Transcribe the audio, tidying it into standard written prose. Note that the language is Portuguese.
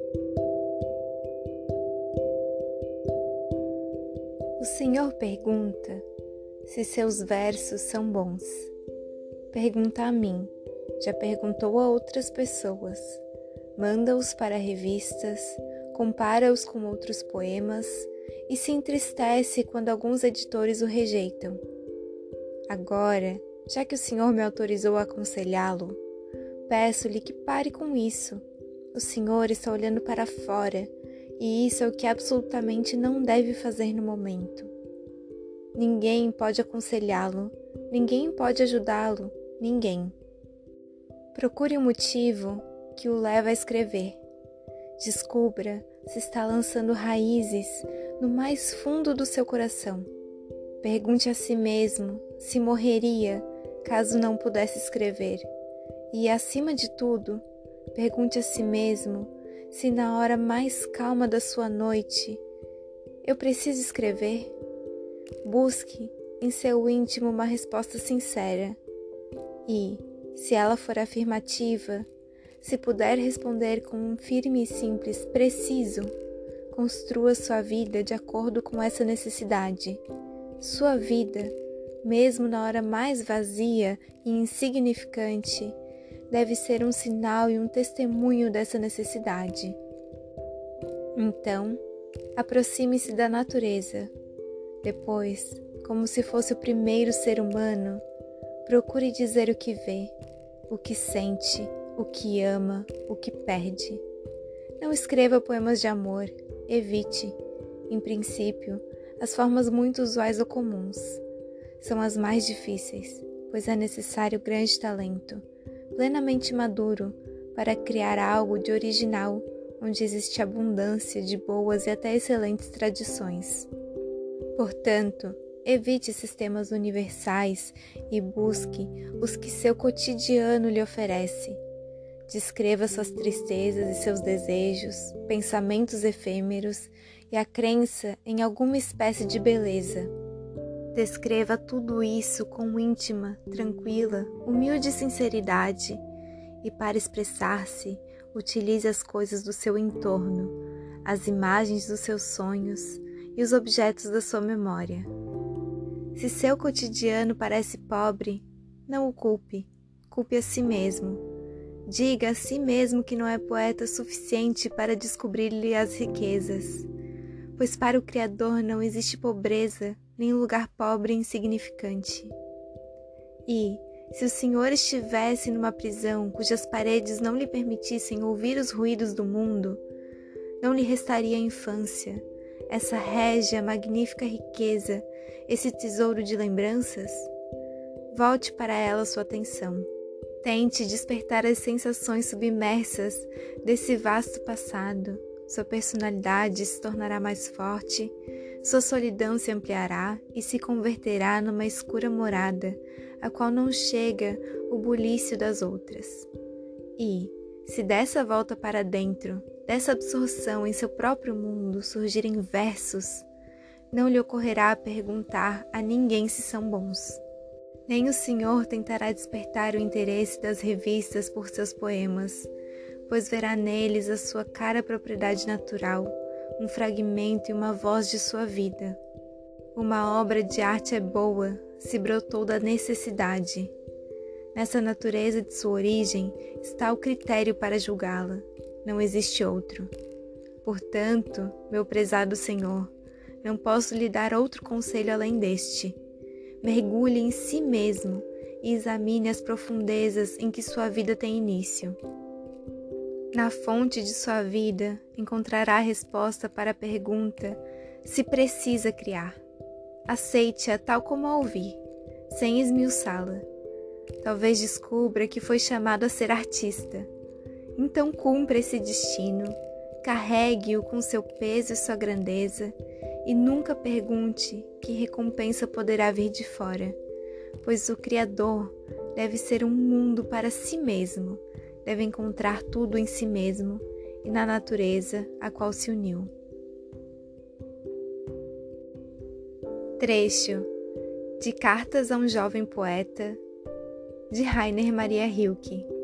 O Senhor pergunta se seus versos são bons. Pergunta a mim, já perguntou a outras pessoas. Manda-os para revistas, compara-os com outros poemas e se entristece quando alguns editores o rejeitam. Agora, já que o Senhor me autorizou a aconselhá-lo, peço-lhe que pare com isso. O Senhor está olhando para fora e isso é o que absolutamente não deve fazer no momento. Ninguém pode aconselhá-lo, ninguém pode ajudá-lo, ninguém. Procure um motivo que o leva a escrever. Descubra se está lançando raízes no mais fundo do seu coração. Pergunte a si mesmo se morreria caso não pudesse escrever. E, acima de tudo, pergunte a si mesmo se na hora mais calma da sua noite, eu preciso escrever? Busque em seu íntimo uma resposta sincera. E, se ela for afirmativa, se puder responder com um firme e simples preciso, construa sua vida de acordo com essa necessidade. Sua vida, mesmo na hora mais vazia e insignificante, deve ser um sinal e um testemunho dessa necessidade. Então, aproxime-se da natureza. Depois, como se fosse o primeiro ser humano, procure dizer o que vê, o que sente, o que ama, o que perde. Não escreva poemas de amor, evite, em princípio, as formas muito usuais ou comuns. São as mais difíceis, pois é necessário grande talento, plenamente maduro, para criar algo de original, onde existe abundância de boas e até excelentes tradições. Portanto, evite sistemas universais e busque os que seu cotidiano lhe oferece. Descreva suas tristezas e seus desejos, pensamentos efêmeros e a crença em alguma espécie de beleza. Descreva tudo isso com íntima, tranquila, humilde sinceridade e, para expressar-se, utilize as coisas do seu entorno, as imagens dos seus sonhos e os objetos da sua memória. Se seu cotidiano parece pobre, não o culpe, culpe a si mesmo. Diga a si mesmo que não é poeta suficiente para descobrir-lhe as riquezas, pois para o Criador não existe pobreza, nem lugar pobre e insignificante. E, se o Senhor estivesse numa prisão cujas paredes não lhe permitissem ouvir os ruídos do mundo, não lhe restaria a infância, essa régia, magnífica riqueza, esse tesouro de lembranças? Volte para ela sua atenção. Tente despertar as sensações submersas desse vasto passado. Sua personalidade se tornará mais forte, sua solidão se ampliará e se converterá numa escura morada, a qual não chega o bulício das outras. E, se dessa volta para dentro, dessa absorção em seu próprio mundo surgirem versos, não lhe ocorrerá perguntar a ninguém se são bons. Nem o Senhor tentará despertar o interesse das revistas por seus poemas, pois verá neles a sua cara propriedade natural, um fragmento e uma voz de sua vida. Uma obra de arte é boa se brotou da necessidade. Nessa natureza de sua origem está o critério para julgá-la. Não existe outro. Portanto, meu prezado Senhor, não posso lhe dar outro conselho além deste. Mergulhe em si mesmo e examine as profundezas em que sua vida tem início. Na fonte de sua vida encontrará a resposta para a pergunta se precisa criar. Aceite-a tal como a ouvi, sem esmiuçá-la. Talvez descubra que foi chamado a ser artista. Então cumpra esse destino, carregue-o com seu peso e sua grandeza, e nunca pergunte que recompensa poderá vir de fora, pois o Criador deve ser um mundo para si mesmo, deve encontrar tudo em si mesmo e na natureza a qual se uniu. Trecho de Cartas a um Jovem Poeta, de Rainer Maria Rilke.